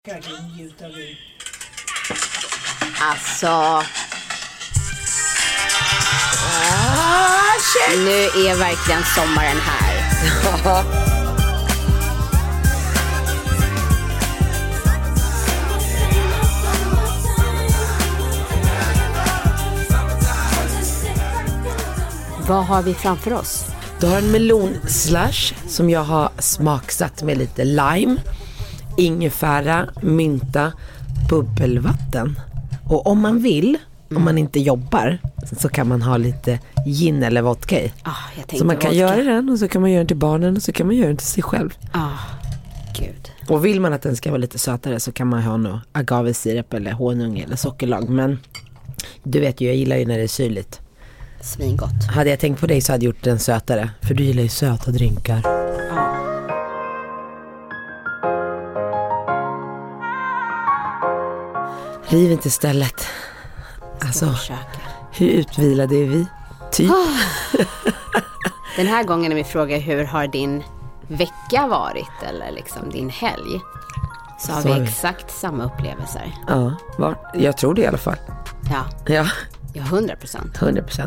Alltså nu är verkligen sommaren här. Vad har vi framför oss? Du har en melonslash som jag har smaksatt med lite lime, ingefära, mynta, bubbelvatten. Och om man vill, om man inte jobbar, så kan man ha lite gin eller vodka i. Så man kan göra den och så kan man göra den till barnen och så kan man göra den till sig själv. Gud. Och vill man att den ska vara lite sötare så kan man ha något agavesirap eller honung eller sockerlag. Men du vet ju, jag gillar ju när det är syrligt. Svingott. Hade jag tänkt på dig så hade jag gjort den sötare. För du gillar ju söta drinkar. Riv inte stället. Alltså, hur utvilade är vi? Typ. Den här gången när vi frågar hur har din vecka varit eller liksom din helg, så har vi exakt samma upplevelser. Ja, jag tror det i alla fall. Ja, 100%. 100%.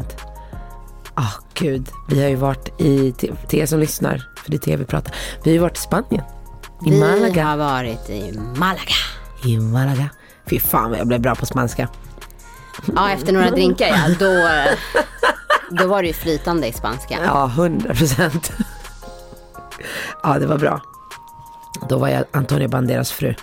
Gud, vi har ju varit till er som lyssnar, för det är tv vi pratar. Vi har ju varit i Spanien. Vi har varit i Malaga. I Malaga. Fy fan vad jag blev bra på spanska. Ja, efter några drinkar, då var det ju flytande i spanska. Ja, 100%. Ja, det var bra. Då var jag Antonio Banderas fru.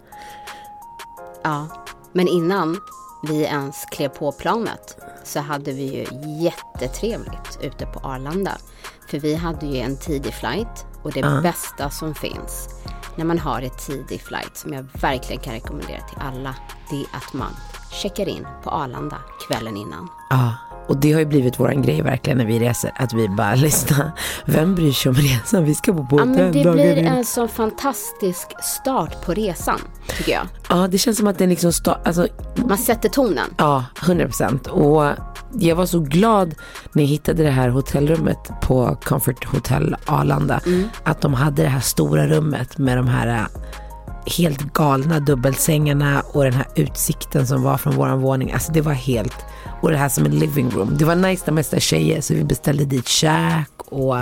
Ja, men innan vi ens klev på planet så hade vi ju jättetrevligt ute på Arlanda. För vi hade ju en tidig flight, och det bästa som finns när man har ett tidig flight, som jag verkligen kan rekommendera till alla, det är att man checkar in på Arlanda kvällen innan. Ja, och det har ju blivit våran grej verkligen när vi reser, att vi bara lyssnar. Vem bryr sig om resan? Vi ska på båten. Ja, men det blir en så fantastisk start på resan, tycker jag. Ja, det känns som att den liksom man sätter tonen. Ja, 100%. Och jag var så glad när jag hittade det här hotellrummet på Comfort Hotel Arlanda. Att de hade det här stora rummet med de här helt galna dubbelsängarna och den här utsikten som var från våran våning. Alltså det var helt... Och det här som en living room. Det var nice, de mesta tjejer, så vi beställde dit käk och...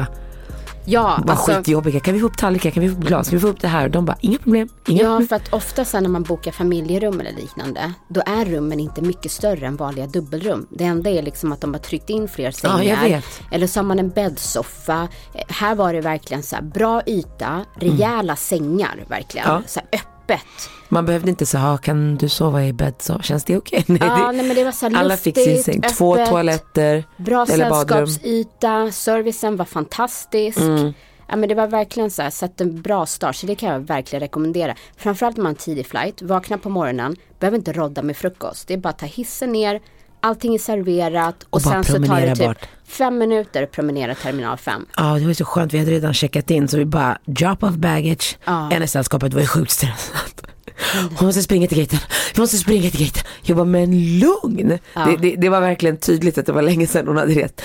Ja, bara skitjobbiga. Kan vi få upp tallrikar? Kan vi få upp glas? Kan vi få upp det här? Och de bara, inga problem. För att ofta sen när man bokar familjerum eller liknande, då är rummen inte mycket större än vanliga dubbelrum. Det enda är liksom att de har tryckt in fler sängar. Ja, jag vet. Eller så har man en bäddsoffa. Här var det verkligen så här bra yta, rejäla sängar verkligen. Ja. Så här öppet. Man behövde inte säga, kan du sova i bädd, så känns det okej? Nej, men det var så här alla luftigt, fick sin säng, öppet, 2 toaletter, bra eller badrum. sällskapsyta, servicen var fantastisk. Ja, men det var verkligen så här, sett en bra start, så det kan jag verkligen rekommendera. Framförallt om man har en tidig flight, vakna på morgonen, behöver inte rodda med frukost. Det är bara att ta hissen ner, allting är serverat och sen så tar det typ 5 minuter att promenera terminal 5. Ja, det var så skönt, vi hade redan checkat in, så vi bara drop off baggage. En i sällskapet var ju sjukt stressat. Vi måste springa till gaten. Jag bara, men lugn. Det var verkligen tydligt att det var länge sedan hon hade rätt.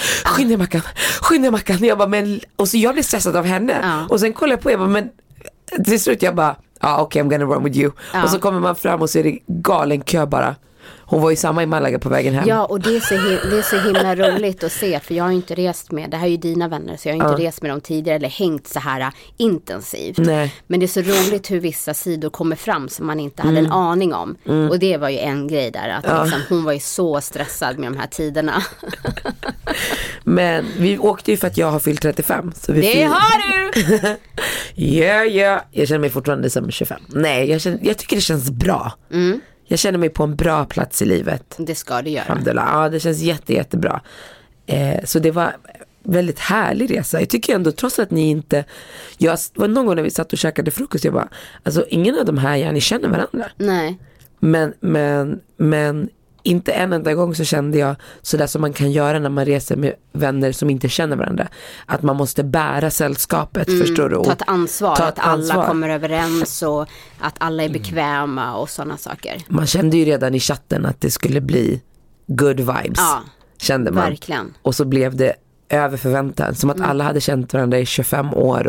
Skynda Mackan. Jag bara, men... Och så jag blev stressad av henne. Och sen kollade jag på, jag bara, men... Till slut jag bara, okej, I'm gonna run with you. Och så kommer man fram och så är det galen kö bara. Hon var ju samma i Malaga på vägen hem. Ja, och det är så himla roligt att se, för jag har ju inte rest med, det här är ju dina vänner, så jag har inte rest med dem tidigare eller hängt så här intensivt. Nej. Men det är så roligt hur vissa sidor kommer fram som man inte hade en aning om. Och det var ju en grej där, att liksom, hon var ju så stressad med de här tiderna. Men vi åkte ju för att jag har fyllt 35. Så vi har du! Ja. Jag känner mig fortfarande som 25. Nej, jag tycker det känns bra. Jag känner mig på en bra plats i livet. Det ska du göra. Ja, det känns jättebra. Så det var väldigt härlig resa. Jag tycker ändå, trots att ni inte... Jag var någon gång när vi satt och käkade frukost, jag bara, alltså ingen av de här ni känner varandra. Nej. Men inte en enda gång så kände jag sådär som man kan göra när man reser med vänner som inte känner varandra. Att man måste bära sällskapet, förstår du? Ta ett ansvar, att alla kommer överens och att alla är bekväma och sådana saker. Man kände ju redan i chatten att det skulle bli good vibes. Ja, kände man. Verkligen. Och så blev det över förväntan. Som att alla hade känt varandra i 25 år och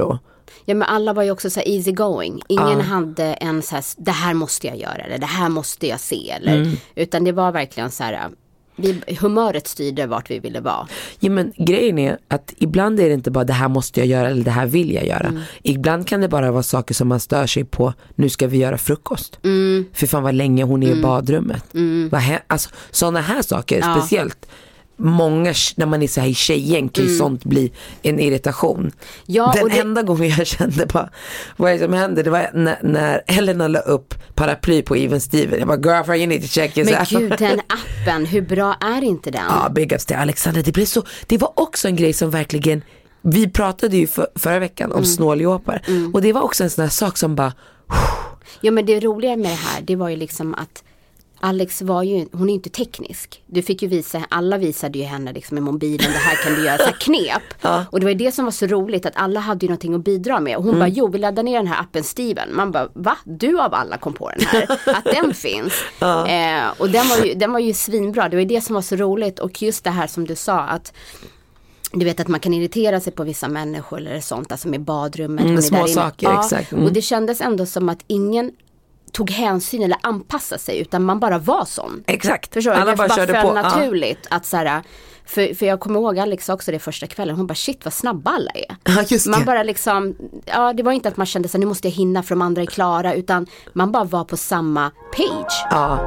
Ja, men alla var ju också så här easy going. Ingen hade en så här, det här måste jag göra, eller det här måste jag se, eller, utan det var verkligen så här, humöret styrde vart vi ville vara. Ja, men grejen är att ibland är det inte bara det här måste jag göra eller det här vill jag göra. Ibland kan det bara vara saker som man stör sig på. Nu ska vi göra frukost. För fan vad länge hon är i badrummet. Alltså sådana här saker, speciellt många, när man är så här i tjejgäng kan ju sånt bli en irritation. Ja, den enda gången jag kände bara, vad är det som hände? Det var när Helena la upp paraply på Even Steven. Jag bara, girlfriend, you need to check yourself. Men gud, den appen, hur bra är inte den? Ja, big ups till Alexander. Det var också en grej som verkligen, vi pratade ju förra veckan om snåljåpar. Och det var också en sån här sak som bara... Ja, men det roliga med det här, det var ju liksom att Alex var ju, hon är inte teknisk. Du fick ju visa, alla visade ju henne liksom i mobilen, det här kan du göra, så här knep. Och det var ju det som var så roligt, att alla hade ju någonting att bidra med. Och hon bara, vi laddar ner den här appen Steven. Man bara, va? Du av alla kom på den här. Att den finns. Och den var ju svinbra. Det var ju det som var så roligt. Och just det här som du sa, att du vet att man kan irritera sig på vissa människor eller sånt, alltså med badrummet. Små saker, exakt. Och det kändes ändå som att ingen tog hänsyn eller anpassade sig, utan man bara var sån. Exakt. Förstår du? Alla bara körde på. Naturligt att så här, för jag kommer ihåg Alex också det första kvällen, hon bara, shit vad snabba alla är. Ja, just det. Man bara liksom, det var inte att man kände så nu måste jag hinna för de andra är klara, utan man bara var på samma page. Ja.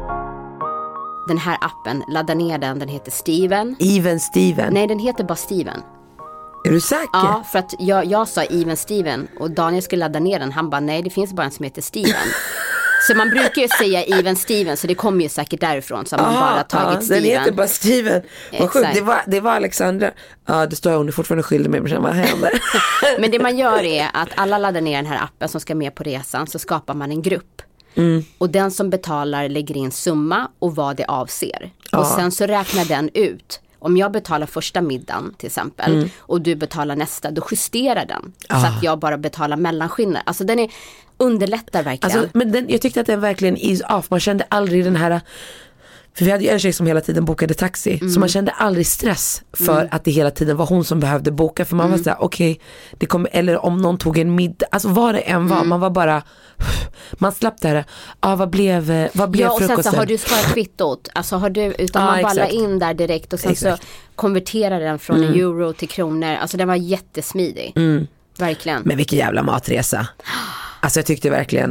Den här appen, ladda ner den heter Steven. Even Steven? Nej, den heter bara Steven. Är du säker? Ja, för att jag sa Even Steven och Daniel skulle ladda ner den. Han bara, nej, det finns bara en som heter Steven. Så man brukar ju säga Even Steven, så det kommer ju säkert därifrån. Så har man bara tagit Steven. Den heter bara Steven. Vad sjukt, det var Alexandra. Ja, det står hon är fortfarande skyldig mig, men vad händer? Men det man gör är att alla laddar ner den här appen som ska med på resan, så skapar man en grupp. Och den som betalar lägger in summa och vad det avser. Och sen så räknar den ut. Om jag betalar första middagen till exempel och du betalar nästa, då justerar den. Så att jag bara betalar mellanskillnad. Alltså den underlättar verkligen. Alltså, men jag tyckte att den verkligen is off. Man kände aldrig den här... För vi hade ju en tjej som hela tiden bokade taxi. Så man kände aldrig stress för att det hela tiden var hon som behövde boka. För man var såhär, okej, det kommer, eller om någon tog en middag. Alltså vad det än var, man var bara... Man slapp det här. Vad blev frukosten? Och sen så har du sparat kvittot. Alltså har du, utan man ballar in där direkt. Och sen så konverterar den från en euro till kronor. Alltså den var jättesmidig. Verkligen. Men vilken jävla matresa. Alltså jag tyckte verkligen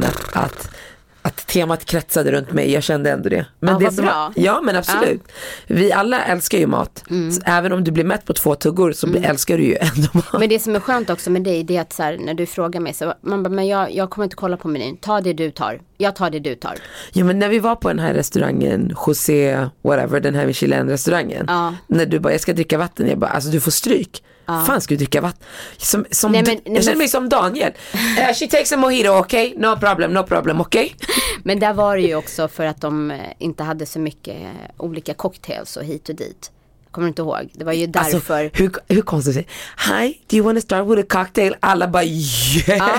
att temat kretsade runt mig. Jag kände ändå det. Men det som bra. Ja, men absolut. Vi alla älskar ju mat. Även om du blir mätt på 2 tuggor så älskar du ju ändå mat. Men det som är skönt också med dig, det är att så här, när du frågar mig så man bara, men jag kommer inte kolla på menyn. Ta det du tar. Jag tar det du tar. Ja, men när vi var på den här restaurangen, José, whatever, den här Michelin-restaurangen. När du bara, jag ska dricka vatten. Jag bara, alltså du får stryk. Fan, ska du dricka vatten? Jag känner mig som Daniel. She takes a mojito, okay? No problem, okay? Men där var det ju också för att de inte hade så mycket olika cocktails och hit och dit. Kommer du inte ihåg? Det var ju därför. Alltså, hur konstigt det är. Hi, do you want to start with a cocktail? Alla bara, yeah.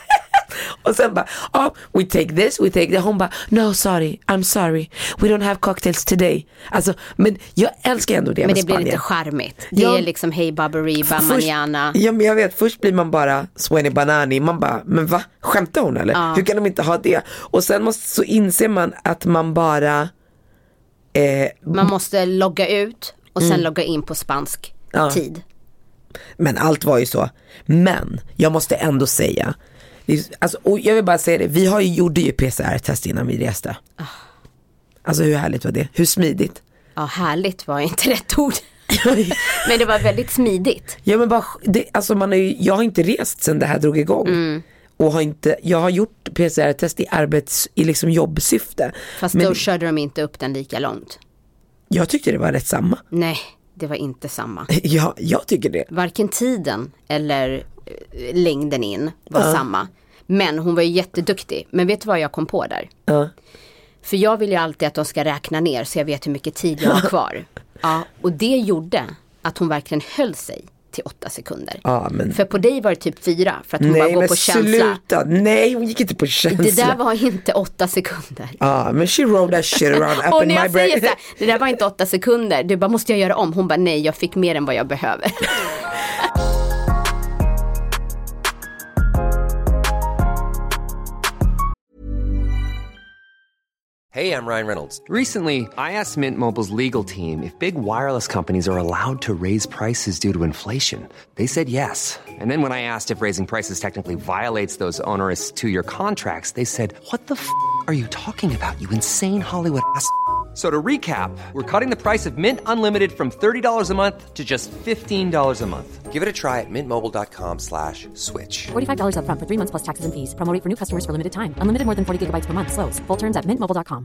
Och sen bara, we take this, we take that. Hon bara, no sorry, I'm sorry, we don't have cocktails today. Alltså, men jag älskar ändå det. Men det blir lite charmigt. Det är liksom hey baberiba, manana. Ja, men jag vet, först blir man bara Swenny Banani. Man bara, men va? Skämtar hon eller? Hur kan de inte ha det? Och sen så inser man att man bara man måste logga ut och sen logga in på spansk tid. Men allt var ju så. Men jag måste ändå säga, alltså, och jag vill bara säga det, vi gjorde ju PCR-test innan vi reste. Alltså hur härligt var det? Hur smidigt? Ja, härligt var inte rätt ord. Men det var väldigt smidigt. Ja, men bara, alltså jag har inte rest sedan det här drog igång. Och jag har gjort PCR-test i liksom jobbsyfte. Fast då körde de inte upp den lika långt. Jag tyckte det var rätt samma. Nej, det var inte samma. Ja, jag tycker det. Varken tiden eller längden in var samma. Men hon var ju jätteduktig. Men vet du vad jag kom på där? För jag vill ju alltid att de ska räkna ner så jag vet hur mycket tid jag har kvar. Och det gjorde att hon verkligen höll sig till 8 sekunder. För på dig var det typ 4 för att hon bara går på känsla. Sluta. Nej, hon gick inte på känsla. Det där var inte 8 sekunder. Men she wrote that shit around up in my brain. Såhär, det där var inte 8 sekunder. Du bara, måste jag göra om? Hon bara, nej, jag fick mer än vad jag behöver. Hey, I'm Ryan Reynolds. Recently, I asked Mint Mobile's legal team if big wireless companies are allowed to raise prices due to inflation. They said yes. And then when I asked if raising prices technically violates those onerous 2-year contracts, they said, "What the f*** are you talking about, you insane Hollywood ass?" So to recap, we're cutting the price of Mint Unlimited from $30 a month to just $15 a month. Give it a try at mintmobile.com/switch. $45 up front for 3 months plus taxes and fees. Promo rate for new customers for limited time. Unlimited more than 40 gigabytes per month. Slows full terms at mintmobile.com.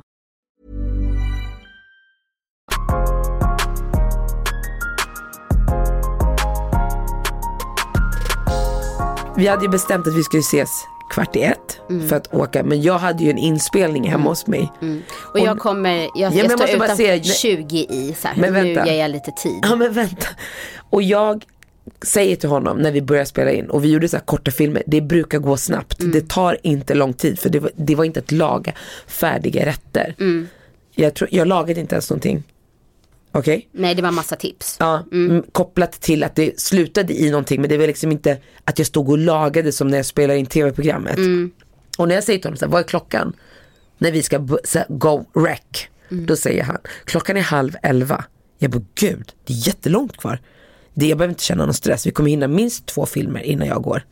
Vi hade ju bestämt att vi skulle ses 12:15 för att åka, men jag hade ju en inspelning hemma hos mig. Och jag står utanför 20 i så här, men nu ger jag lite tid. Ja, men vänta. Och jag säger till honom när vi börjar spela in, och vi gjorde så här korta filmer, det brukar gå snabbt. Det tar inte lång tid, för det var inte att laga färdiga rätter. Jag lagade inte ens någonting. Okej? Nej, det var massa tips. Ja, kopplat till att det slutade i någonting, men det var liksom inte att jag stod och lagade som när jag spelar in tv-programmet. Och när jag säger till honom så här, vad är klockan? När vi ska go rec. Då säger han, klockan är 10:30. Jag bara, gud, det är jättelångt kvar. Jag behöver inte känna någon stress. Vi kommer hinna minst 2 filmer innan jag går.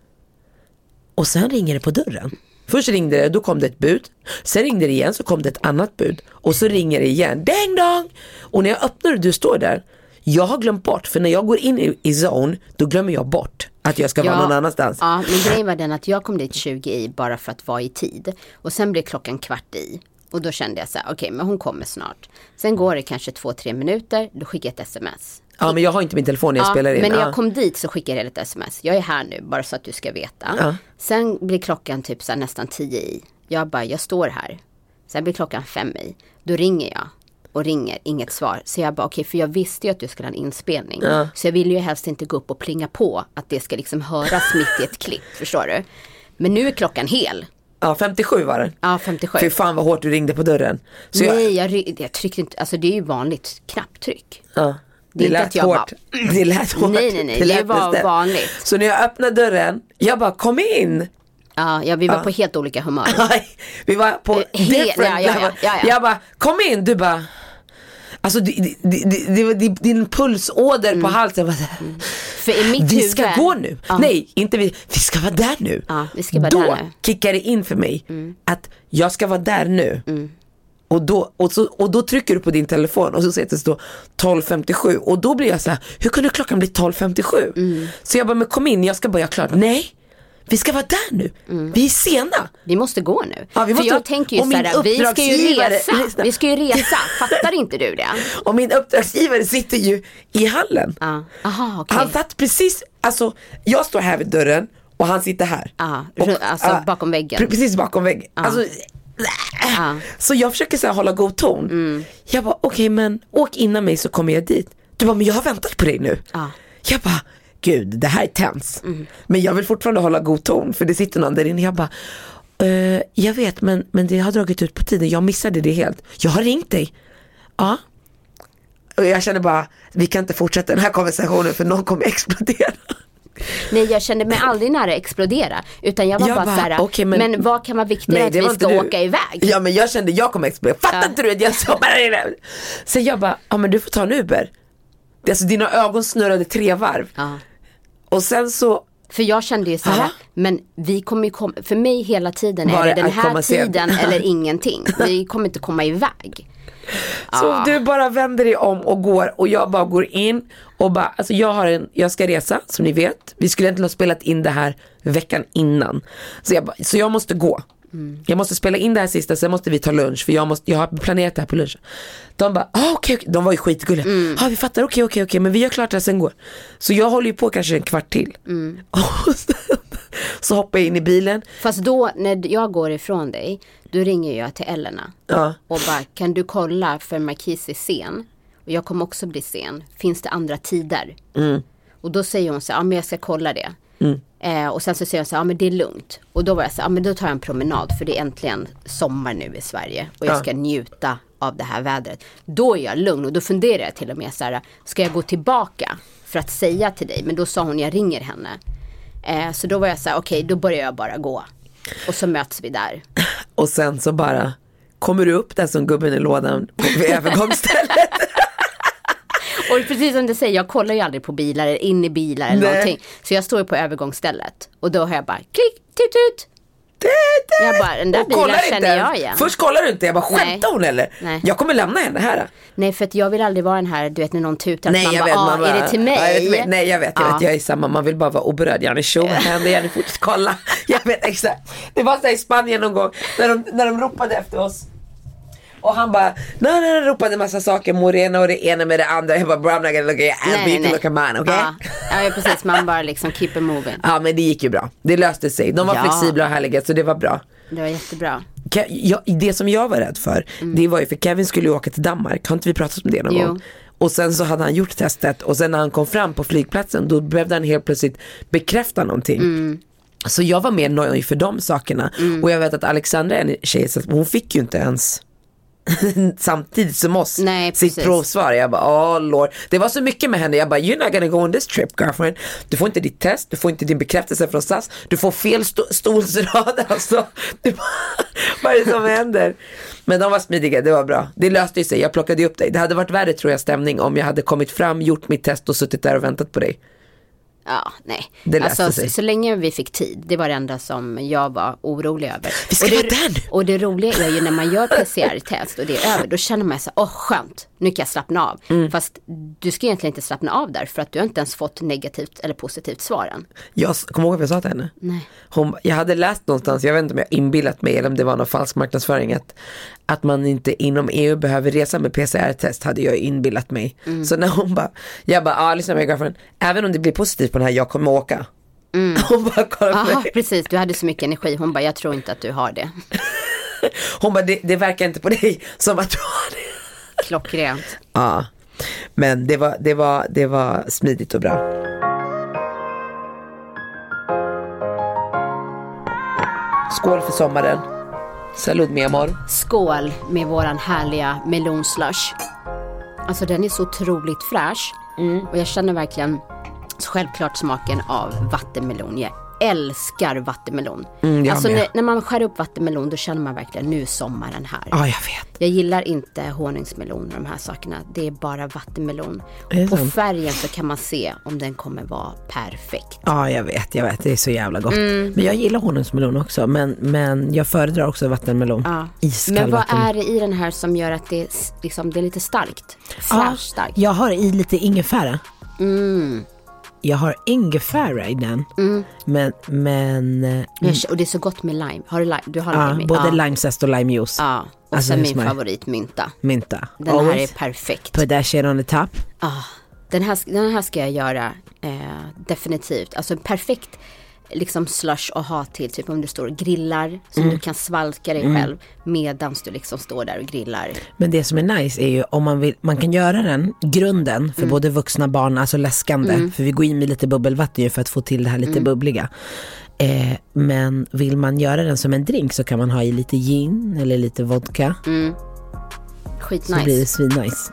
Och sen ringer det på dörren. Först ringde det, då kom det ett bud. Sen ringde det igen, så kom det ett annat bud. Och så ringer det igen, ding dong. Och när jag öppnar och du står där, jag har glömt bort. För när jag går in i zone, då glömmer jag bort att jag ska vara någon annanstans. Ja, men grejen var den att jag kom dit 20 i bara för att vara i tid. Och sen blev klockan 15:15 i. Och då kände jag så här, okej, men hon kommer snart. Sen går det kanske 2-3 minuter, då skickar jag ett sms. Ja, men jag har inte min telefon när jag spelar in. Men när jag kom dit så skickade jag ett sms. Jag är här nu, bara så att du ska veta. Sen blir klockan typ så här nästan 10 i. Jag står här. Sen blir klockan 5 i. Då ringer jag. Och ringer, inget svar. Så jag bara, okej, för jag visste ju att du skulle ha en inspelning. Så jag ville ju helst inte gå upp och plinga på att det ska liksom höras mitt i ett klipp, förstår du? Men nu är klockan hel. Ja, 57 var det. Ja, 57. Fy fan vad hårt du ringde på dörren. Så nej, jag tryckte inte, alltså det är ju vanligt knapptryck. Ja. Det lät hårt. Det lät hårt. Nej, det var vanligt. Så när jag öppnade dörren, jag bara, kom in. Ja, vi var på helt olika humör. Vi var på different. Jag bara, kom in. Du bara, alltså din pulsåder på halsen. För i mitt vi huvud, ska gå nu. Nej, inte vi ska vara där nu. Vi ska vara då där nu. kickar det in för mig att jag ska vara där nu. Och då trycker du på din telefon och så säger det stå 12:57. Och då blir jag så här, hur kunde klockan bli 12:57? Så jag bara, men kom in, jag ska börja klart. Nej, vi ska vara där nu. Vi är sena. Vi måste gå nu. Ja, för jag tänker ju såhär, vi ska ju resa. Vi ska ju resa, fattar inte du det? Och min uppdragsgivare sitter ju i hallen. Aha, okay. Han satt precis, alltså jag står här vid dörren och han sitter här. Alltså bakom väggen. Precis bakom väggen. Alltså så jag försöker så här hålla god ton. Jag bara, okej, men åk innan mig så kommer jag dit. Du bara, men jag har väntat på dig nu. Jag bara, gud, det här är tens. Men jag vill fortfarande hålla god ton, för det sitter någon där inne. Jag bara, jag vet, men det har dragit ut på tiden. Jag missade det helt. Jag har ringt dig. Ja. Och jag känner bara, vi kan inte fortsätta den här konversationen, för någon kommer explodera. Nej, jag kände mig aldrig nära att explodera. Utan jag var bara såhär, okay, men vad kan vara viktigare att vi ska åka iväg? Ja, men jag kände, jag kommer explodera. Fattar inte du att jag så bara det? Så jag bara, ja men du får ta en Uber. Alltså dina ögon snurrade 3 varv. Och sen så, för jag kände ju såhär, men vi kommer ju komma, för mig hela tiden är det den här tiden eller ingenting. Vi kommer inte komma iväg. Så du bara vänder dig om och går, och jag bara går in och bara, alltså jag ska resa, som ni vet. Vi skulle egentligen ha spelat in det här veckan innan. Så jag måste gå. Jag måste spela in det här sista, sen måste vi ta lunch, för jag har planerat det här på lunch. De bara, okej. De var ju skitgulliga. Vi fattar, okej, men vi gör klart det här, sen går. Så jag håller ju på kanske en kvart till. Och sen, så hoppar jag in i bilen. Fast då, när jag går ifrån dig, då ringer jag till Elena och bara, kan du kolla för Marquis är sen, och jag kommer också bli sen, finns det andra tider? Och då säger hon så här, men jag ska kolla det. Och sen så säger hon så här, men det är lugnt. Och då var jag så här, men då tar jag en promenad, för det är äntligen sommar nu i Sverige och jag ska njuta av det här vädret. Då är jag lugn, och då funderar jag till och med så här, ska jag gå tillbaka för att säga till dig? Men då sa hon, jag ringer henne. Så då var jag så här, okej, då börjar jag bara gå. Och så möts vi där. Och sen så bara kommer du upp där som gubben i lådan vid övergångsstället. Och precis som du säger, jag kollar ju aldrig på bilar eller in i bilar eller någonting. Så jag står ju på övergångsstället. Och då hör jag bara klick, tut, tut. Jag bara, den där bilen känner jag igen. Först kollar du inte, jag bara, skämtar hon eller? Nej. Jag kommer lämna henne här. Nej, för att jag vill aldrig vara den här, du vet när någon tutar. Nej, man bara, är det till mig? Nej, jag vet, jag är samma. Man vill bara vara oberörd. Gärna show, händer, gärna fortsätt kolla. Jag vet exakt. Det var så här i Spanien någon gång när de ropade efter oss. Och han bara, nej, ropade en massa saker, Morena och det ena med det andra. Jag bara, bro, I'm not gonna look at you, look at man, okay? Ja, precis, man bara liksom keep it moving. Ja, men det gick ju bra. Det löste sig. De var flexibla och härliga, så det var bra. Det var jättebra. Det som jag var rädd för, det var ju för Kevin skulle ju åka till Danmark. Har inte vi pratat om det någon gång? Och sen så hade han gjort testet. Och sen när han kom fram på flygplatsen, då behövde han helt plötsligt bekräfta någonting. Så jag var mer nöjd för de sakerna. Och jag vet att Alexandra är en tjej, så hon fick ju inte ens samtidigt som oss sitt provsvar. Jag bara, lord. Det var så mycket med henne. Jag bara, you're not gonna go on this trip, girlfriend. Du får inte ditt test, du får inte din bekräftelse från SAS, du får fel stolsrad. Alltså, vad är det som händer? Men de var smidiga, det var bra. Det löste sig, jag plockade upp dig. Det hade varit värre, tror jag, stämning om jag hade kommit fram, gjort mitt test och suttit där och väntat på dig. Ja, nej. Det löste sig. Så länge vi fick tid, det var det enda som jag var orolig över. Vi ska vara där. Och det roliga är ju när man gör PCR-test och det är över, då känner man så, skönt, nu kan jag slappna av. Fast du ska egentligen inte slappna av där, för att du har inte ens fått negativt eller positivt svar än. Jag kommer ihåg vad jag sa till henne. Nej. Jag hade läst någonstans, jag vet inte om jag inbillat mig eller om det var någon falsk marknadsföring, att man inte inom EU behöver resa med PCR-test, hade jag inbillat mig. Så när hon bara, jag bara, lyssna med girlfriend, även om det blir positivt på den här, jag kommer åka. Hon bara, kolla på mig. Precis, du hade så mycket energi. Hon bara, jag tror inte att du har det. Hon bara, det verkar inte på dig som att du har det. Klockrent. Ja, men det var smidigt och bra. Skål för sommaren. Salud mi amor. Skål med våran härliga melonslush. Alltså den är så otroligt fräsch. Och jag känner verkligen självklart smaken av vattenmelon. Jag älskar vattenmelon. Alltså när man skär upp vattenmelon, då känner man verkligen, nu är sommaren här. Ja, jag vet. Jag gillar inte honungsmelon och de här sakerna. Det är bara vattenmelon. På färgen så kan man se om den kommer vara perfekt. Ja, jag vet. Det är så jävla gott. Men jag gillar honungsmelon också. Men jag föredrar också vattenmelon. Ja. Iskall men vad vattenmelon. är det i den här som gör att det är lite starkt? Fräsch starkt. Jag har i lite ingefära. Jag har ingefära i den. Men och det är så gott med lime. Har du lime? Du har lime i? Både limezest och limejuice. Ja, och alltså, sen min favorit, mynta. Den Always. här är perfekt. Put that shit on the top. Den här ska jag göra definitivt. Alltså en perfekt liksom slush att ha till, typ om du står och grillar, som du kan svalka dig själv medans du liksom står där och grillar. Men det som är nice är ju om man kan göra den grunden för både vuxna barn, alltså läskande, för vi går in med lite bubbelvatten ju för att få till det här lite bubbliga. Men vill man göra den som en drink så kan man ha i lite gin eller lite vodka. Skitnice. Så blir det svinnice.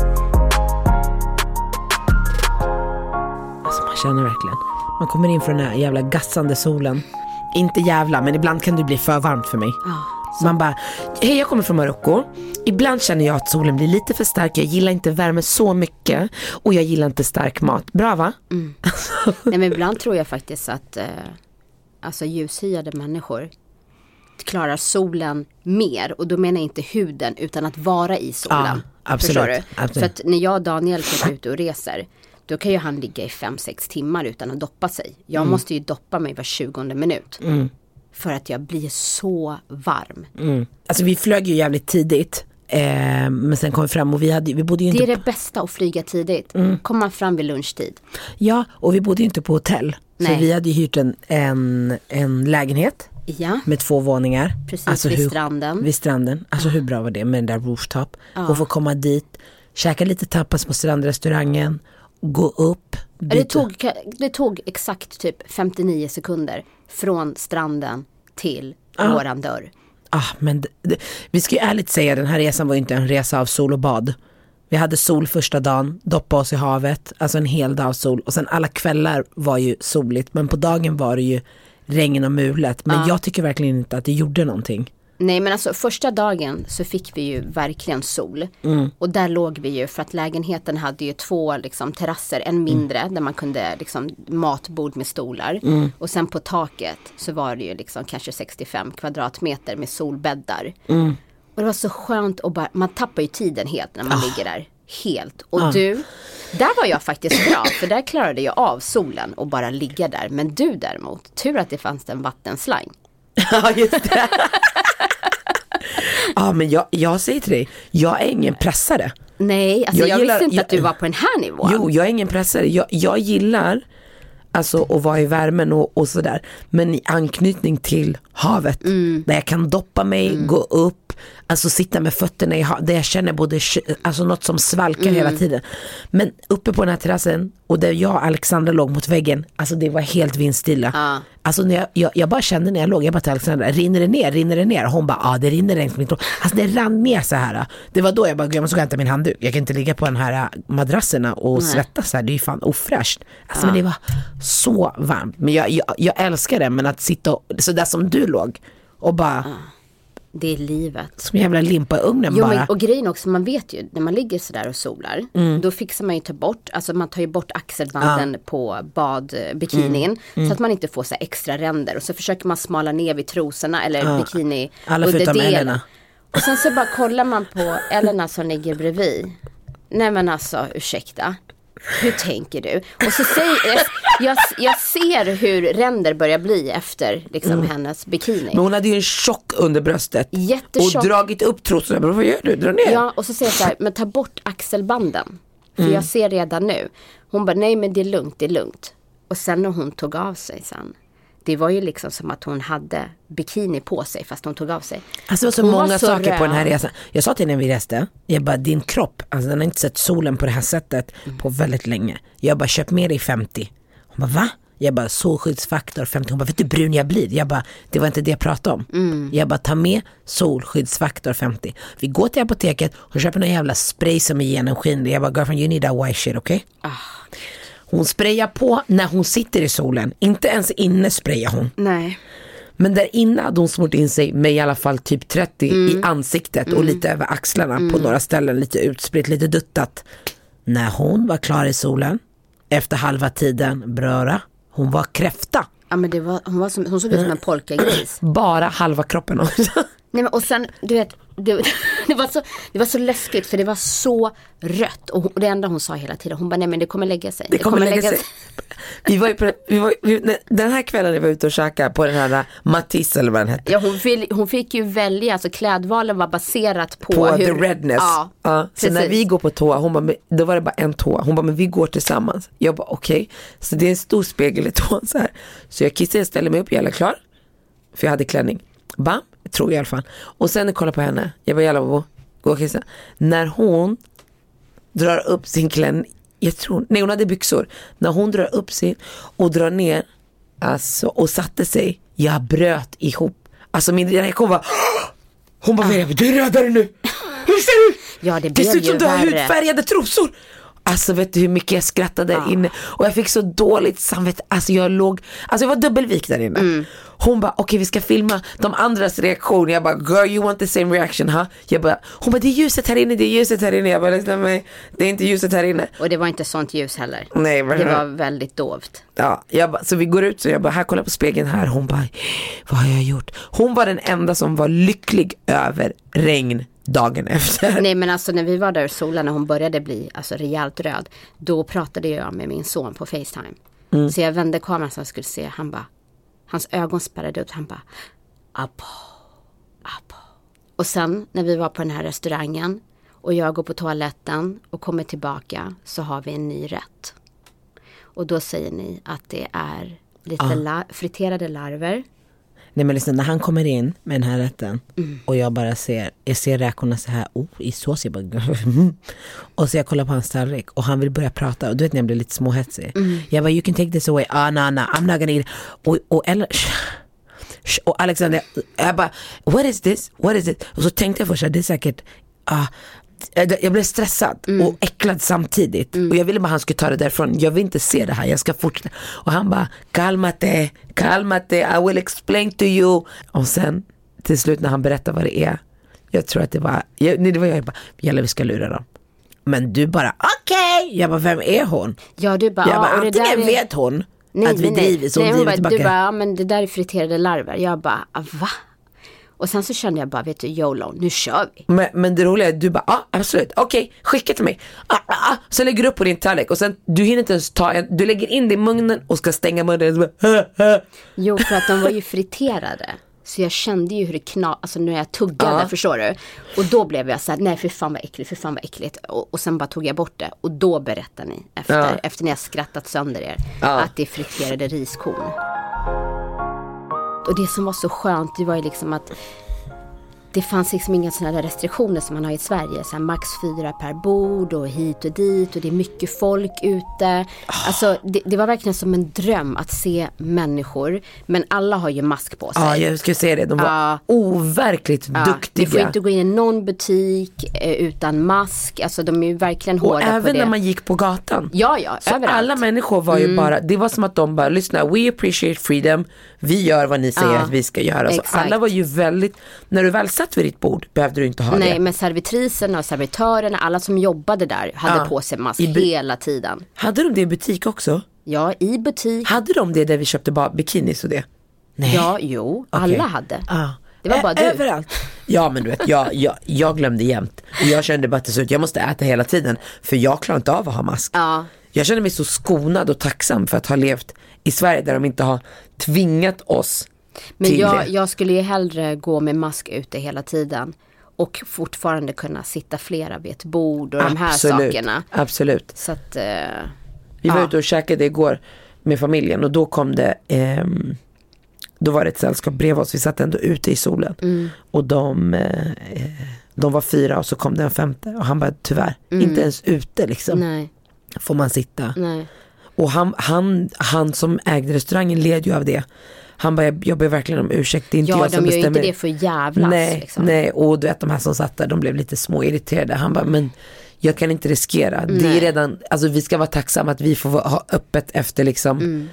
Alltså man känner verkligen, man kommer in från den här jävla gassande solen. Inte jävla, men ibland kan det bli för varmt för mig. Man bara, hej, jag kommer från Marocko. Ibland känner jag att solen blir lite för stark. Jag gillar inte värme så mycket. Och jag gillar inte stark mat. Bra, va? Nej, men ibland tror jag faktiskt att alltså ljushyade människor klarar solen mer. Och då menar jag inte huden, utan att vara i solen. Absolut, förstår du? absolut. För att när jag och Daniel är ute och reser, då kan ju han ligga i 5-6 timmar utan att doppa sig. Jag måste ju doppa mig var 20:e minut. För att jag blir så varm. Alltså vi flög ju jävligt tidigt. Men sen kom vi fram och vi bodde ju inte... Det är det bästa att flyga tidigt. Kommer man fram vid lunchtid. Ja, och vi bodde ju inte på hotell. Nej. Så vi hade ju hyrt en lägenhet. Ja. Med 2 våningar. Precis, alltså vid stranden. Vid stranden. Alltså hur bra var det med den där rooftop. Och få komma dit, käka lite tapas på strandrestaurangen, gå upp. Det tog exakt typ 59 sekunder från stranden till våran dörr. Men vi ska ju ärligt säga, den här resan var ju inte en resa av sol och bad. Vi hade sol första dagen, doppa oss i havet, alltså en hel dag av sol. Och sen alla kvällar var ju soligt, men på dagen var det ju regn och mulet. Men jag tycker verkligen inte att det gjorde någonting. Nej, men alltså första dagen så fick vi ju verkligen sol. Och där låg vi ju, för att lägenheten hade ju 2 liksom terrasser, en mindre där man kunde liksom matbord med stolar. Och sen på taket så var det ju liksom kanske 65 kvadratmeter med solbäddar. Och det var så skönt och bara, man tappar ju tiden helt när man ligger där. Helt. Och du, där var jag faktiskt bra, för där klarade jag av solen och bara ligga där. Men du däremot, tur att det fanns en vattenslang. Ja, just det. Ja, men jag säger till dig, jag är ingen pressare. Nej, alltså jag visste inte att du var på den här nivån. Jo, jag är ingen pressare. Jag gillar alltså att vara i värmen och sådär. Men i anknytning till havet, där jag kan doppa mig, gå upp, alltså sitta med fötterna i havet, där jag känner både alltså något som svalkar hela tiden. Men uppe på den här terrassen, och där jag och Alexandra låg mot väggen, alltså det var helt vindstilla. Alltså när jag bara kände när jag låg, jag bara till Alexandra, rinner det ner? Och hon bara, det rinner längs min tå. Alltså det rann ner så här. Det var då jag bara, jag måste hämta min handduk. Jag kan inte ligga på den här madrasserna och svettas här, det är ju fan ofräscht. Alltså men det var så varmt. Men jag älskar det, men att sitta så där som du låg och bara... Det är livet. Som jävla limpa i ugnen bara. Men, och grejen också, man vet ju, när man ligger sådär och solar, då fixar man ju man tar ju bort axelbanden på badbikinin, så att man inte får så extra ränder. Och så försöker man smala ner vid trosorna eller bikini underdelen. Och sen så bara kollar man på Elena som ligger bredvid. Nej men alltså, ursäkta. Hur tänker du? Och så säger jag ser hur ränder börjar bli efter liksom hennes bikini. Men hon hade ju en tjock under bröstet. Jättetjock. Och dragit upp trosorna. Vad gör du? Dra ner. Ja, och så säger jag så här, men ta bort axelbanden. För jag ser redan nu. Hon bara, nej men det är lugnt. Och sen när hon tog av sig sen, det var ju liksom som att hon hade bikini på sig fast hon tog av sig. Alltså det var så hon många var så saker röd. på den här resan. Jag sa till henne när vi reste, jag bara, din kropp, alltså den har inte sett solen på det här sättet på väldigt länge. Jag bara, köp med dig 50. Hon bara, va? Jag bara, solskyddsfaktor 50. Hon bara, vet du brun jag blir? Jag bara, det var inte det jag pratade om. Jag bara, ta med solskyddsfaktor 50. Vi går till apoteket och köper någon jävla spray som är genomskinlig. Jag bara, girlfriend, you need that white shit, okay? Hon sprayar på när hon sitter i solen. Inte ens inne sprayar hon. Nej. Men där inne hade hon smort in sig med i alla fall typ 30 i ansiktet och lite över axlarna på några ställen, lite utspritt, lite duttat. När hon var klar i solen, efter halva tiden, bröra, hon var kräfta. Ja, men hon såg ut som en polkagris. Bara halva kroppen också. Nej, men och sen, du vet, det var så läskigt för det var så rött. Och det enda hon sa hela tiden, hon bara, nej men det kommer lägga sig. Det kommer lägga sig. Den här kvällen vi var ute och käkade på den här Matisse eller vad den hette. Ja, hon fick ju välja, alltså klädvalen var baserat på hur, the redness. Ja, så när vi går på toa, hon bara, då var det bara en toa. Hon bara, men vi går tillsammans. Jag bara, okej. Så det är en stor spegel i toan så här. Så jag kissade, ställer mig upp, jag är klar. För jag hade klänning. Bam, tror jag i alla fall. Och sen kolla på henne. Jag var jävla gå och kissa. När hon drar upp sin klänning, nej hon hade byxor. När hon drar upp sin och drar ner alltså, och satte sig, jag bröt ihop. Alltså min reaktion var, hon bara, du är rödare nu. Hur ser du? Ja, det ser ut som du har värre. hudfärgade trosor. Alltså vet du hur mycket jag skrattade inne. Och jag fick så dåligt samvete. Alltså jag var dubbelvik där inne. Hon bara, okej, vi ska filma de andras reaktion. Jag bara, girl, you want the same reaction, huh? Hon bara, det är ljuset här inne. Jag bara, lyssna mig, det är inte ljuset här inne. Och det var inte sånt ljus heller. Nej, men det var väldigt dovt. Ja, så vi går ut, så jag bara, här, kolla på spegeln här. Hon bara, vad har jag gjort? Hon var den enda som var lycklig över regn dagen efter. Nej, men alltså när vi var där i solen, när hon började bli alltså rejält röd, då pratade jag med min son på FaceTime. Så jag vände kameran så jag skulle se, han bara, hans ögon spärrade upp, han bara, Apo. Och sen när vi var på den här restaurangen och jag går på toaletten och kommer tillbaka, så har vi en ny rätt. Och då säger ni att det är lite friterade larver. Nej, men lyssna, när han kommer in med den här rätten och jag bara ser räkorna så här, i sås, jag bara, och så jag kollar på hans tallrik och han vill börja prata, och du vet när jag blir lite småhetsig. Jag bara, you can take this away. No, I'm not gonna eat. Och Alexander, jag bara, what is this? Och så tänkte jag först att det är säkert jag blev stressad och äcklad samtidigt. Och jag ville bara han skulle ta det därifrån. Jag vill inte se det här, jag ska fortsätta. Och han bara, calmate, I will explain to you. Och sen till slut när han berättar vad det är, jag tror att det var jag bara, jävlar vi ska lura dem. Men du bara, okej. Jag bara, vem är hon? Ja, du bara, jag bara antingen vet hon att vi driver så driver tillbaka. Du bara, men det där är friterade larver. Jag bara, va? Och sen så kände jag bara, vet du, YOLO, nu kör vi. Men det roliga är att du bara, absolut, okej, skicka till mig. Så lägger du upp på din tallrik och sen, du hinner inte ens ta du lägger in det i munnen och ska stänga munnen. Jo, för att de var ju friterade. Så jag kände ju hur det alltså när jag tuggade, förstår du? Och då blev jag så här, nej för fan vad äckligt. Och sen bara tog jag bort det. Och då berättade ni, efter när jag skrattat sönder er, att det är friterade riskorn. Och det som var så skönt, det var ju liksom att det fanns liksom inga sådana där restriktioner som man har i Sverige. Så här max 4 per bord och hit och dit. Och det är mycket folk ute. Alltså det var verkligen som en dröm att se människor. Men alla har ju mask på sig. Ja, jag skulle säga det. De var overkligt duktiga. Du får inte gå in i någon butik utan mask. Alltså de är ju verkligen hårda på det. Och även när man gick på gatan. Ja, så överallt. Alla människor var ju bara, det var som att de bara, lyssna, we appreciate freedom. Vi gör vad ni säger att vi ska göra. Så alla var ju väldigt, när du väl satt vid ditt bord behövde du inte ha det. Nej, men servitriserna och servitörerna, alla som jobbade där hade på sig mask hela tiden. Hade de det i butik också? Ja, i butik. Hade de det där vi köpte bara bikinis och det? Nej. Ja, jo, alla hade. Det var bara du. Överallt. Ja, men du vet, jag glömde jämt. Och jag kände bara till slut, jag måste äta hela tiden. För jag klarar inte av att ha mask. Jag kände mig så skonad och tacksam för att ha levt i Sverige där de inte har tvingat oss. Men jag skulle ju hellre gå med mask ute hela tiden och fortfarande kunna sitta flera vid ett bord och de här sakerna. Absolut. Så att, vi var ute och käkade igår med familjen och då kom det då var det ett sällskap bredvid oss. Vi satt ändå ute i solen och de var 4 och så kom det en 5:e och han bara tyvärr, inte ens ute liksom. Nej. Får man sitta. Nej. Och han som ägde restaurangen led ju av det. Han bara, jag ber verkligen om ursäkt. Det är inte jag som bestämmer. Ja, de gör inte det för jävlas. Nej, och du vet de här som satt där, de blev lite små irriterade. Han bara, men jag kan inte riskera. Nej. Det är redan, alltså vi ska vara tacksamma att vi får ha öppet efter liksom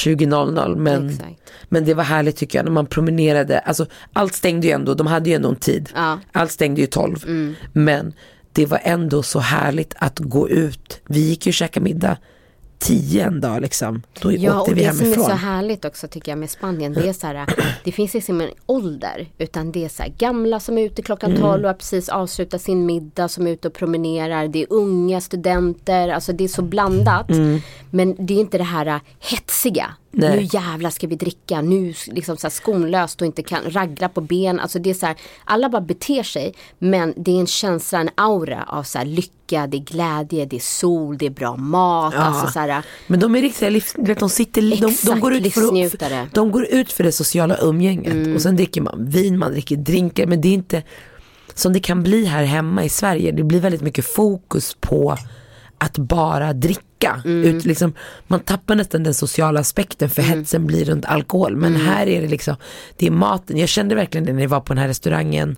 20:00. Men det var härligt tycker jag när man promenerade. Alltså allt stängde ju ändå, de hade ju ändå en tid. Allt stängde ju 12. Men det var ändå så härligt att gå ut. Vi gick ju och käka middag 10 en dag liksom. Då åkte vi hemifrån. Ja, och det som är så härligt också tycker jag med Spanien, det är så här, det finns liksom en ålder, utan det är så här gamla som är ute klockan 12 och har precis avslutat sin middag, som är ute och promenerar. Det är unga studenter, alltså det är så blandat. Men det är inte det här hetsiga. Nej. Nu jävla ska vi dricka, nu liksom så här skonlöst och inte kan ragla på ben. Alltså det är så här, alla bara beter sig, men det är en känsla, en aura av så här lycka, det är glädje, det är sol, det är bra mat. Alltså så här, men de är riktigt, de sitter, de går ut de går ut för det sociala umgänget och sen dricker man vin, man dricker drinkar, men det är inte som det kan bli här hemma i Sverige. Det blir väldigt mycket fokus på att bara dricka. Liksom, man tappar nästan den sociala aspekten för hetsen blir runt alkohol. Men här är det liksom, det är maten. Jag kände verkligen det när jag var på den här restaurangen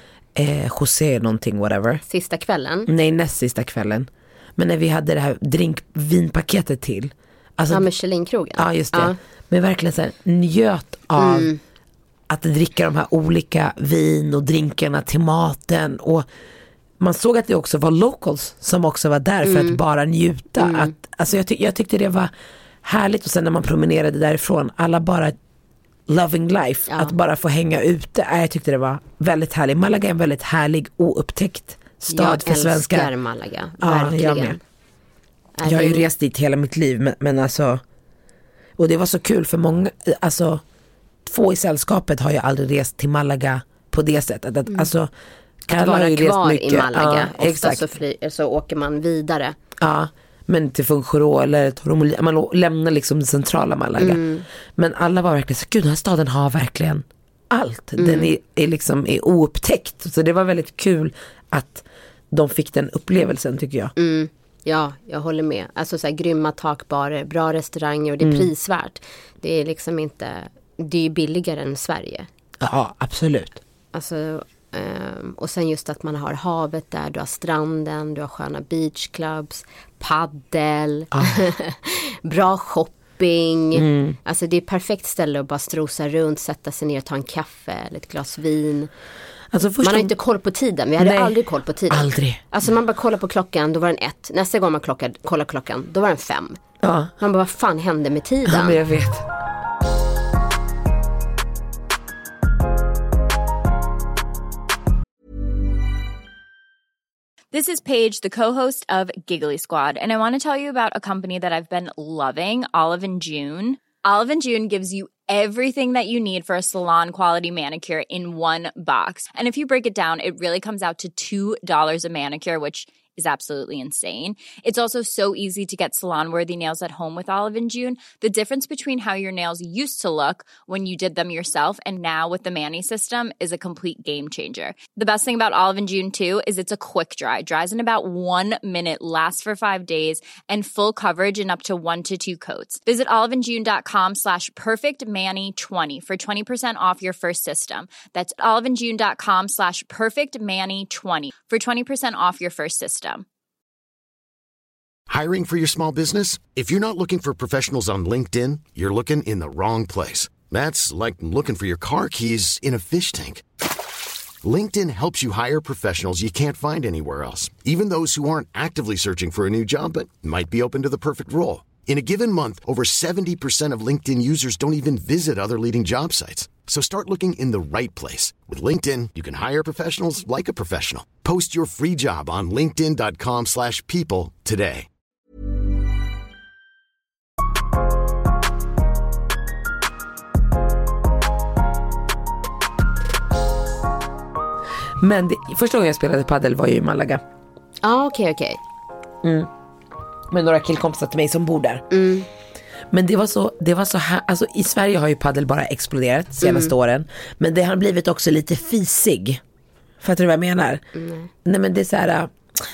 José någonting, whatever. Sista kvällen? Nej, näst sista kvällen. Men när vi hade det här vinpaketet till. Alltså, Michelin-krogen. Ja, just det. Men verkligen så här, njöt av att dricka de här olika vin och drinkarna till maten. Och man såg att det också var locals som också var där för att bara njuta. Alltså jag tyckte det var härligt. Och sen när man promenerade därifrån, alla bara loving life. Att bara få hänga ute. Jag tyckte det var väldigt härligt. Malaga är en väldigt härlig, oupptäckt stad för svenskar. Jag älskar Malaga, verkligen. Jag har ju rest dit hela mitt liv. Men alltså, och det var så kul för många, alltså 2 i sällskapet har ju aldrig rest till Malaga på det sättet. Alltså att vara kvar i Malaga. Ofta så åker man vidare. Ja, men till Funchal eller man lämnar liksom det centrala Malaga. Men alla var verkligen så, gud, den här staden har verkligen allt. Den är liksom är oupptäckt. Så det var väldigt kul att de fick den upplevelsen tycker jag. Ja, jag håller med. Alltså så här, grymma takbarer, bra restauranger och det är prisvärt. Det är liksom inte, det är ju billigare än Sverige. Ja, absolut. Alltså, och sen just att man har havet där, du har stranden, du har sköna beachclubs, paddel, bra shopping. shopping. Alltså det är perfekt ställe att bara strosa runt, sätta sig ner och ta en kaffe eller ett glas vin. Alltså man har inte koll på tiden. Vi hade aldrig koll på tiden. Aldrig. Alltså man bara kollar på klockan, då var den 1. Nästa gång man kollar klockan, då var den 5. Ja. Man bara, vad fan hände med tiden? Ja, men jag vet. This is Paige, the co-host of Giggly Squad, and I want to tell you about a company that I've been loving, Olive & June. Olive & June gives you everything that you need for a salon-quality manicure in one box. And if you break it down, it really comes out to $2 a manicure, which is absolutely insane. It's also so easy to get salon-worthy nails at home with Olive & June. The difference between how your nails used to look when you did them yourself and now with the Mani system is a complete game changer. The best thing about Olive & June too is it's a quick dry. Dries in about 1 minute, lasts for 5 days, and full coverage in up to 1 to 2 coats. Visit oliveandjune.com/perfectmani20 for 20% off your first system. That's oliveandjune.com/perfectmani20 for 20% off your first system. Hiring for your small business? If you're not looking for professionals on LinkedIn, you're looking in the wrong place. That's like looking for your car keys in a fish tank. LinkedIn helps you hire professionals you can't find anywhere else, even those who aren't actively searching for a new job but might be open to the perfect role. In a given month, over 70% of LinkedIn users don't even visit other leading job sites. So start looking in the right place. With LinkedIn, you can hire professionals like a professional. Post your free job on linkedin.com/people today. Men första gången jag spelade paddel var ju i Malaga. Okej. Med några killkompisar till mig som bor där. Men det var så här, alltså i Sverige har ju paddel bara exploderat de senaste åren. Men det har blivit också lite fisig. Fattar du vad jag menar? Nej, men det är så här,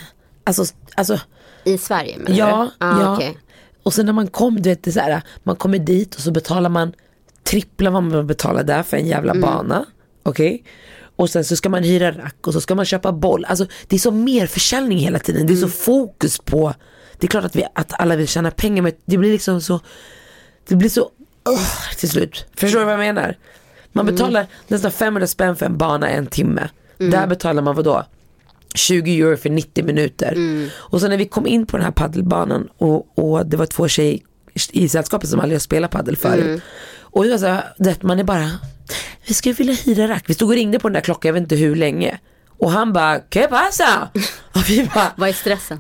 alltså i Sverige menar ja, du? Ja. Okay. Och sen när man kom, du vet, det är så här, man kommer dit och så betalar man trippla vad man betalar där för en jävla bana. Okej? Och sen så ska man hyra rack och så ska man köpa boll. Alltså det är så mer försäljning hela tiden. Det är så fokus på. Det är klart att alla vill tjäna pengar, men det blir liksom så. Det blir så till slut. Förstår du vad jag menar? Man betalar nästan 500 spänn för en bana en timme. Där betalar man vad då? 20 euro för 90 minuter. Och så när vi kom in på den här paddelbanan och det var 2 tjejer i sällskapet som aldrig har spelat paddel förut. Och det var så att man är bara, vi skulle vilja hyra rack. Vi stod och ringde på den där klockan, jag vet inte hur länge. Och han bara, ¿qué pasa? Och vi bara, vad är stressen?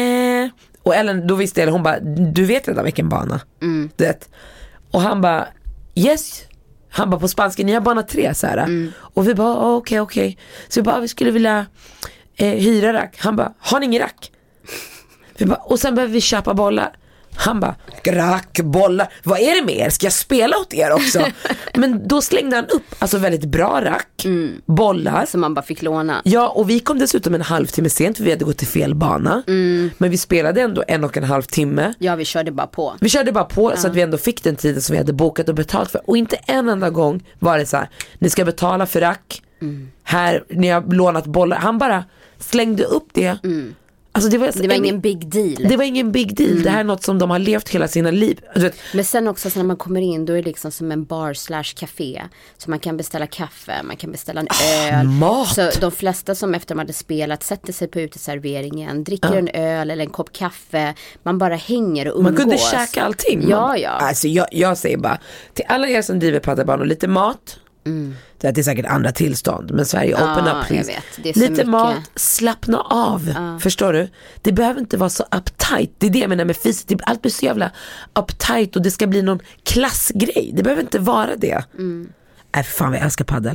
Och Ellen, då visste hon bara, du vet redan vilken bana. Det. Och han bara, yes. Han bara på spanska, ni har bana 3 så här. Och vi bara, okej. Så vi bara, vi skulle vilja hyra rack. Han bara, har ni ingen rack? Vi bara, och sen behöver vi köpa bollar. Han bara, rackbollar, vad är det med er? Ska jag spela åt er också? Men då slängde han upp, alltså väldigt bra rack, bollar. Som man bara fick låna. Ja, och vi kom dessutom en halvtimme sent för vi hade gått till fel bana. Men vi spelade ändå 1,5 timme. Ja, vi körde bara på. Så att vi ändå fick den tiden som vi hade bokat och betalt för. Och inte en enda gång var det så här, ni ska betala för rack. Här, ni har lånat bollar. Han bara slängde upp det. Alltså det var ingen big deal. Det var ingen big deal. Det här är något som de har levt hela sina liv. Men sen också så när man kommer in, då är det liksom som en bar/café. Så man kan beställa kaffe, man kan beställa en öl. Mat. Så de flesta som efter man hade spelat sätter sig på uteserveringen, dricker en öl eller en kopp kaffe. Man bara hänger och umgås. Man kunde käka allting. Ja. Alltså jag säger bara, till alla er som driver paddelbanor, lite mat. Det är säkert andra tillstånd, men Sverige, open up please. Lite mycket mat, slappna av. Förstår du? Det behöver inte vara så uptight. Det är det jag menar med fysiskt. Allt blir så jävla uptight och det ska bli någon klassgrej. Det behöver inte vara det. Fan, jag älskar paddel.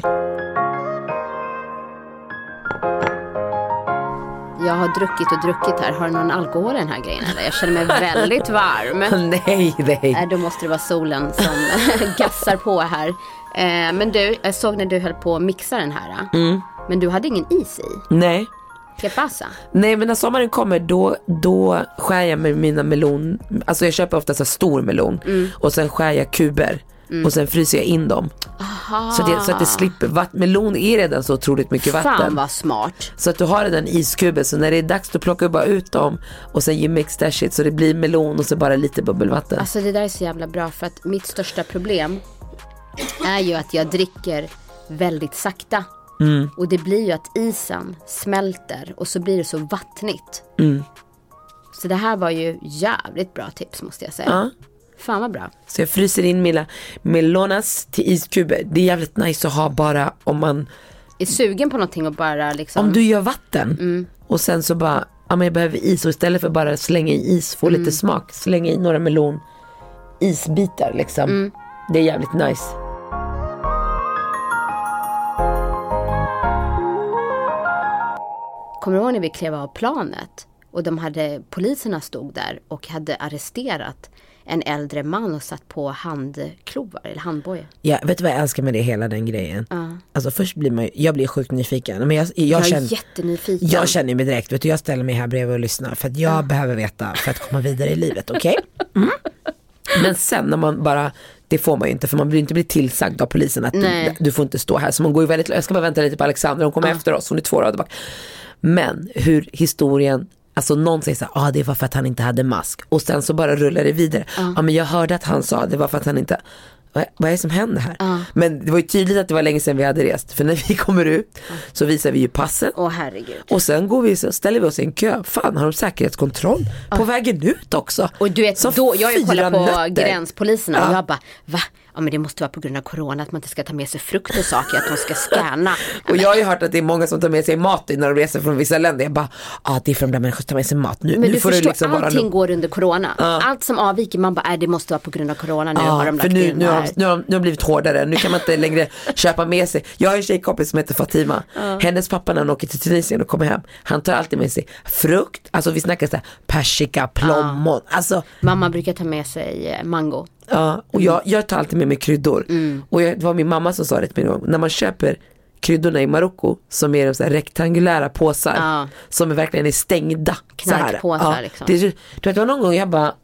Jag har druckit här. Har du någon alkohol i den här grejen eller? Jag känner mig väldigt varm. Nej. Då måste det vara solen som gassar på här. Men du, jag såg när du höll på att mixa den här. Men du hade ingen is i. Nej. ¿Qué pasa? Nej, men när sommaren kommer då skär jag med mina melon. Alltså jag köper ofta så stor melon. Och sen skär jag kuber. och sen fryser jag in dem. Så att det slipper. Melon är redan så otroligt mycket vatten. Fan vad smart. Så att du har den iskuben, så när det är dags då plockar du bara ut dem och sen you mix that shit så det blir melon och så bara lite bubbelvatten. Alltså det där är så jävla bra, för att mitt största problem är ju att jag dricker väldigt sakta. Och det blir ju att isen smälter och så blir det så vattnigt. Så det här var ju jävligt bra tips, måste jag säga. Fan vad bra. Så jag fryser in mina melonas till iskuber. Det är jävligt nice att ha bara om man är sugen på någonting och bara liksom... Om du gör vatten och sen så bara, ja men jag behöver is, och istället för bara slänga i is, få lite smak, slänga i några melon isbitar liksom. Det är jävligt nice. Kommer du ihåg när vi klev av planet och poliserna stod där och hade arresterat en äldre man och satt på handklovar eller handbojor? Ja, vet du vad jag älskar med det, hela den grejen? Alltså först blir jag blir sjukt nyfiken. Men jag är jättenyfiken. Jag känner mig direkt, vet du, jag ställer mig här bredvid och lyssnar för att jag behöver veta för att komma vidare i livet, okej? Men sen när man bara, det får man ju inte, för man blir inte tillsagd av polisen att du får inte stå här. Så man går ju väldigt, jag ska bara vänta lite på Alexandra, hon kommer efter oss, hon är 2 rader bak. Men hur historien, alltså någon säger så här, det var för att han inte hade mask. Och sen så bara rullar det vidare. Men jag hörde att han sa det var för att han inte... Vad är det som händer här? Men det var ju tydligt att det var länge sedan vi hade rest. För när vi kommer ut så visar vi ju passen. Herregud. Och sen ställer vi oss i en kö. Fan, har de säkerhetskontroll på vägen ut också? Och du vet, då, jag har ju kollat på gränspoliserna och jag bara, va? Ja, men det måste vara på grund av corona att man inte ska ta med sig frukt och saker, att de ska scanna. Och jag har ju hört att det är många som tar med sig mat när de reser från vissa länder. Jag bara, det är för de där människor som tar med sig mat. Men du får förstår, liksom allting går under corona. Allt som avviker, man bara, det måste vara på grund av corona. Nu har de lagt för in nu har de blivit hårdare. Nu kan man inte längre köpa med sig. Jag har en tjejkompis som heter Fatima. Hennes pappa när han åker till Tunisien och kommer hem, han tar alltid med sig frukt. Alltså vi snackar så här, persika, plommon. Alltså, mamma brukar ta med sig mango. Ja, och jag tar alltid med mig kryddor. Och det var min mamma som sa det till mig. När man köper kryddorna i Marocko, som är så här rektangulära påsar som är verkligen är stängda. Knarkpåsar liksom. Du vet, det var någon gång jag bara,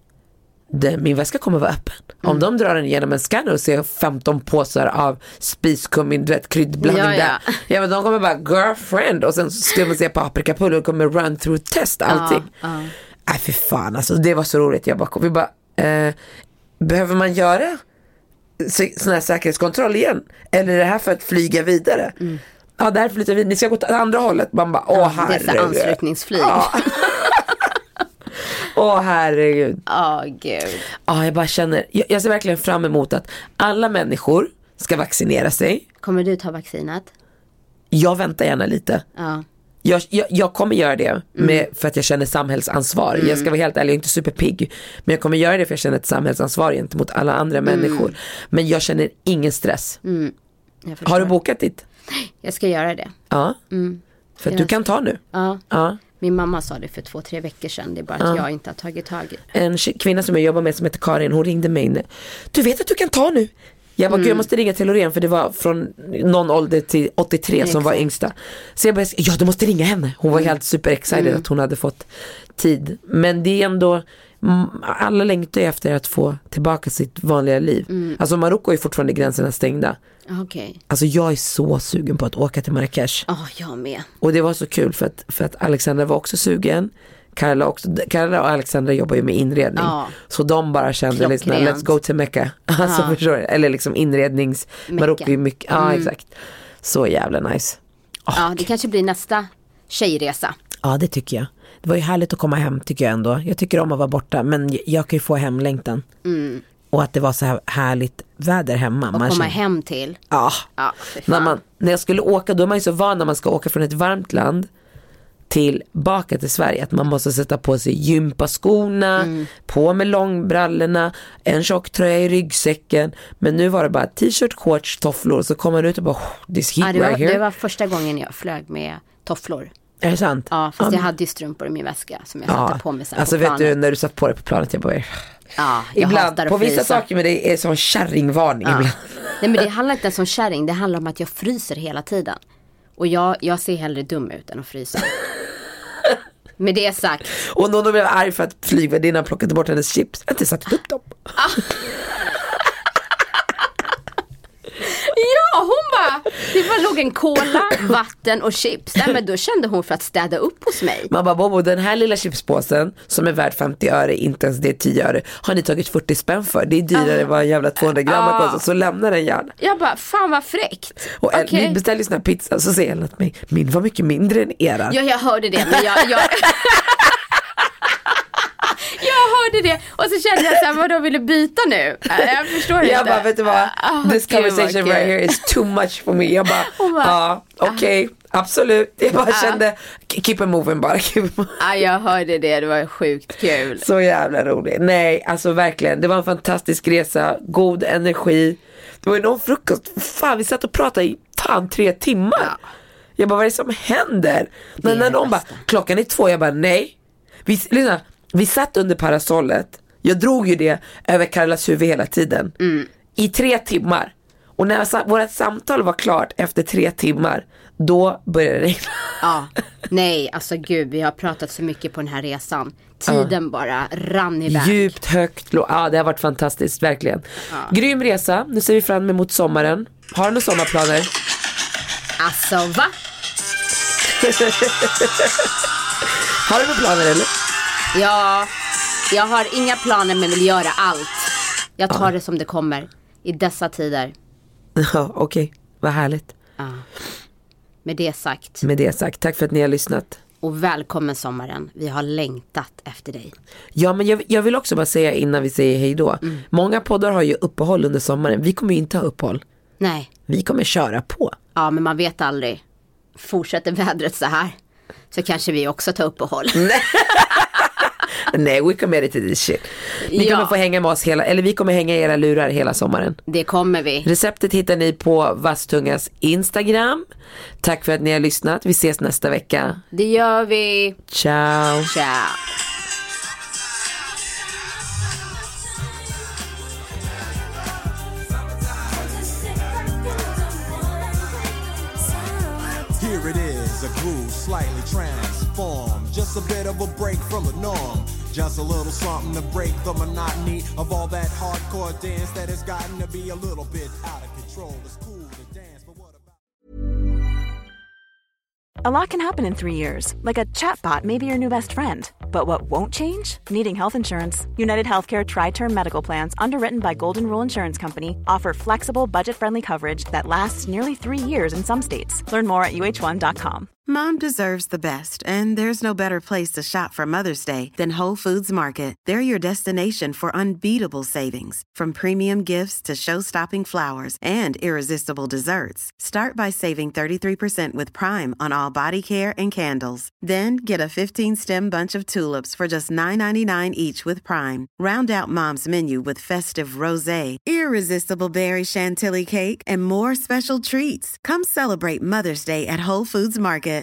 min väska kommer vara öppen. Om de drar den igenom en scanner och ser 15 påsar av spiskummin, du vet, kryddblandning där. Ja, men de kommer bara, girlfriend. Och sen ska man se paprikapulver och kommer run through test allting. Nej, för fan, alltså det var så roligt. Vi bara, behöver man göra sån här säkerhetskontroll igen? Eller är det här för att flyga vidare? Ja, där flyttar vi. Ni ska gå till andra hållet. Man bara, herregud. Det är för anslutningsflyg. Herregud. Gud. Jag bara känner, jag ser verkligen fram emot att alla människor ska vaccinera sig. Kommer du ta vaccinet? Jag väntar gärna lite. Jag kommer göra det för att jag känner samhällsansvar. Jag ska vara helt ärlig, jag är inte superpigg. Men jag kommer göra det för jag känner ett samhällsansvar gentemot alla andra människor. Men jag känner ingen stress. Har du bokat ditt? Nej, jag ska göra det. För att du kan ta nu. Min mamma sa det för 2-3 veckor sedan. Det är bara att jag inte har tagit tag i. En kvinna som jag jobbar med som heter Karin, hon ringde mig. Du vet att du kan ta nu. Jag bara, jag måste ringa till Loreen, för det var från någon ålder till 83 som var yngsta. Så jag bara, du måste ringa henne. Hon var helt super excited att hon hade fått tid. Men det är ändå, alla längtar efter att få tillbaka sitt vanliga liv. Alltså Marocko är fortfarande gränserna stängda. Alltså jag är så sugen på att åka till Marrakesh. Jag med. Och det var så kul för att Alexandra var också sugen. Carla och Alexandra jobbar ju med inredning. Så de bara kände liksom, let's go to Mecca. Alltså förstår du? Eller liksom inrednings Marocko är mycket. Exakt. Så jävla nice. Det kanske blir nästa tjejresa. Ja, det tycker jag. Det var ju härligt att komma hem, tycker jag ändå. Jag tycker om att vara borta, men jag kan ju få hemlängtan. Och att det var så här härligt väder hemma. Och komma hem till. När jag skulle åka, då är man ju så van när man ska åka från ett varmt land tillbaka till Sverige, att man måste sätta på sig gympaskorna, på med långbrallorna, en tjock tröja i ryggsäcken. Men nu var det bara t-shirt, shorts, tofflor, så kommer man ut och bara, this heat right here. Det var första gången jag flög med tofflor. Är det sant? Ja, fast jag hade ju strumpor i min väska som jag satte på mig sen. Alltså vet du, när du satt på det på planet, jag bara, ibland, på vissa saker med det är sån kärringvarning ibland. Nej, men det handlar inte ens om kärring, det handlar om att jag fryser hela tiden. Och jag ser hellre dum ut än att frysa. Med det sagt. Och någon blev arg för att flygvärdinnan plockade bort hennes chips. Jag har inte satt upp dem. Det var låg en cola, vatten och chips. Nej, men då kände hon för att städa upp hos mig. Man bara, Bobo, den här lilla chipspåsen som är värd 50 öre, inte ens det är 10 öre, har ni tagit 40 spänn för? Det är dyrare än vad en jävla 200 gram kostar, så lämna den gärna. Jag bara, fan vad fräckt. Och vi beställde sån här pizza, så säger han att min var mycket mindre än eran. Ja, jag hörde det, men jag hörde det och så kände jag så här, vad de ville byta nu. Jag förstår inte. Jag bara, vet du vad? This conversation right here is too much for me. Jag bara, okej, absolut. Jag bara kände, keep it moving bara. Jag hörde det var sjukt kul. Så jävla roligt. Nej, alltså verkligen. Det var en fantastisk resa, god energi. Det var ju någon frukost. Fan, vi satt och pratade i 3 timmar. Ja. Jag bara, vad är det som händer? Men när någon bara, klockan är 2, jag bara, nej. Vi satt under parasollet. Jag drog ju det över Karlas huvud hela tiden. I 3 timmar. Och när vårt samtal var klart efter 3 timmar, då började det regna. Ja, nej, alltså gud, vi har pratat så mycket på den här resan. Tiden bara rann iväg. Djupt, högt, det har varit fantastiskt, verkligen. Grym resa, nu ser vi fram emot sommaren. Har du några sommarplaner? Alltså, va? Har du några planer eller? Ja, jag har inga planer men vill göra allt. Jag tar det som det kommer i dessa tider. Ja, okej. Vad härligt. Ja. Med det sagt, tack för att ni har lyssnat. Och välkommen sommaren. Vi har längtat efter dig. Ja, men jag vill också bara säga innan vi säger hej då. Många poddar har ju uppehåll under sommaren. Vi kommer ju inte ha uppehåll. Nej. Vi kommer köra på. Ja, men man vet aldrig. Fortsätter vädret så här, så kanske vi också tar uppehåll. Nej, we committed to this shit. Ni kommer få hänga med oss vi kommer hänga i era lurar hela sommaren. Det kommer vi. Receptet hittar ni på Vasstungas Instagram. Tack för att ni har lyssnat. Vi ses nästa vecka. Det gör vi. Ciao. Ciao. Here it is, a groove slightly transformed. Just a bit of a break from the norm. Just a little something to break the monotony of all that hardcore dance that has gotten to be a little bit out of control. It's cool to dance, but what about... A lot can happen in 3 years, like a chatbot may be your new best friend. But what won't change? Needing health insurance. United Healthcare Tri-Term Medical Plans, underwritten by Golden Rule Insurance Company, offer flexible, budget-friendly coverage that lasts nearly 3 years in some states. Learn more at uh1.com. Mom deserves the best, and there's no better place to shop for Mother's Day than Whole Foods Market. They're your destination for unbeatable savings, from premium gifts to show-stopping flowers and irresistible desserts. Start by saving 33% with Prime on all body care and candles. Then get a 15-stem bunch of tulips for just $9.99 each with Prime. Round out Mom's menu with festive rosé, irresistible berry chantilly cake, and more special treats. Come celebrate Mother's Day at Whole Foods Market.